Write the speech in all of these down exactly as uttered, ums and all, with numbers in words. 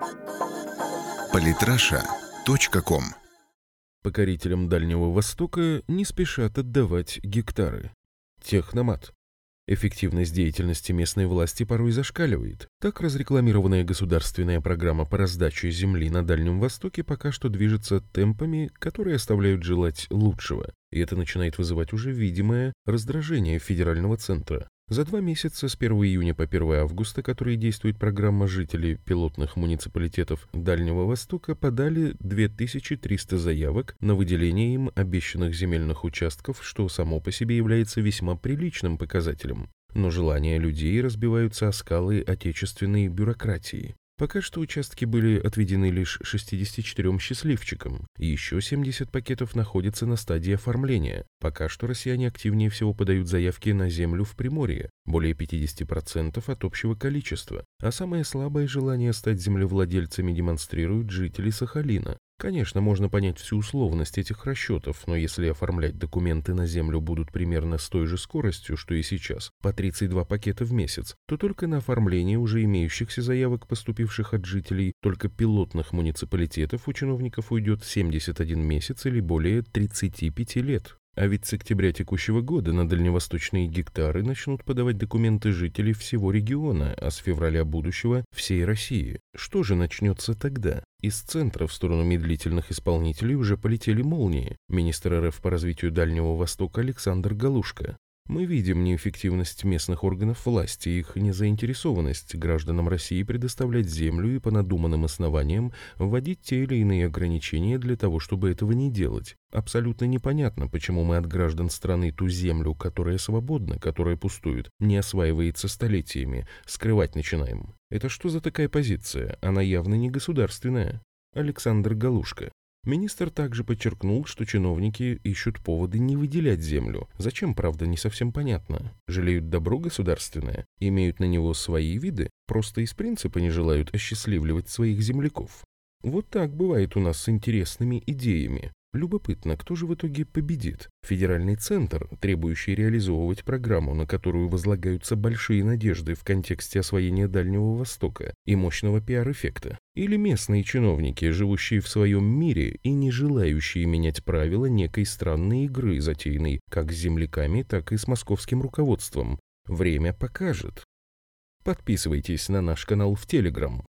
политраша точка ком. Покорителям Дальнего Востока не спешат отдавать гектары. Техномат. Эффективность деятельности местной власти порой зашкаливает. Так разрекламированная государственная программа по раздаче земли на Дальнем Востоке пока что движется темпами, которые оставляют желать лучшего. И это начинает вызывать уже видимое раздражение федерального центра. За два месяца с первого июня по первого августа, которые действует программа, жители пилотных муниципалитетов Дальнего Востока подали две тысячи триста заявок на выделение им обещанных земельных участков, что само по себе является весьма приличным показателем. Но желания людей разбиваются о скалы отечественной бюрократии. Пока что участки были отведены лишь шестидесяти четырем счастливчикам, и еще семьдесят пакетов находятся на стадии оформления. Пока что россияне активнее всего подают заявки на землю в Приморье, более пятьдесят процентов от общего количества, а самое слабое желание стать землевладельцами демонстрируют жители Сахалина. Конечно, можно понять всю условность этих расчетов, но если оформлять документы на землю будут примерно с той же скоростью, что и сейчас, по тридцать два пакета в месяц, то только на оформление уже имеющихся заявок, поступивших от жителей только пилотных муниципалитетов, у чиновников уйдет семьдесят один месяц или более тридцати пяти лет. А ведь с октября текущего года на дальневосточные гектары начнут подавать документы жителей всего региона, а с февраля будущего – всей России. Что же начнется тогда? Из центра в сторону медлительных исполнителей уже полетели молнии. Министр эр эф по развитию Дальнего Востока Александр Галушко. Мы видим неэффективность местных органов власти, их незаинтересованность гражданам России предоставлять землю и по надуманным основаниям вводить те или иные ограничения для того, чтобы этого не делать. Абсолютно непонятно, почему мы от граждан страны ту землю, которая свободна, которая пустует, не осваивается столетиями, скрывать начинаем. Это что за такая позиция? Она явно не государственная. Александр Галушко. Министр также подчеркнул, что чиновники ищут поводы не выделять землю. Зачем, правда, не совсем понятно. Жалеют добро государственное? Имеют на него свои виды? Просто из принципа не желают осчастливливать своих земляков? Вот так бывает у нас с интересными идеями. Любопытно, кто же в итоге победит? Федеральный центр, требующий реализовывать программу, на которую возлагаются большие надежды в контексте освоения Дальнего Востока и мощного пиар-эффекта? Или местные чиновники, живущие в своем мире и не желающие менять правила некой странной игры, затеянной как с земляками, так и с московским руководством? Время покажет. Подписывайтесь на наш канал в Телеграм.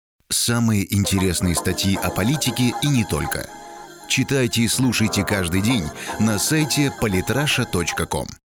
Самые интересные статьи о политике и не только. Читайте и слушайте каждый день на сайте политраша точка ком.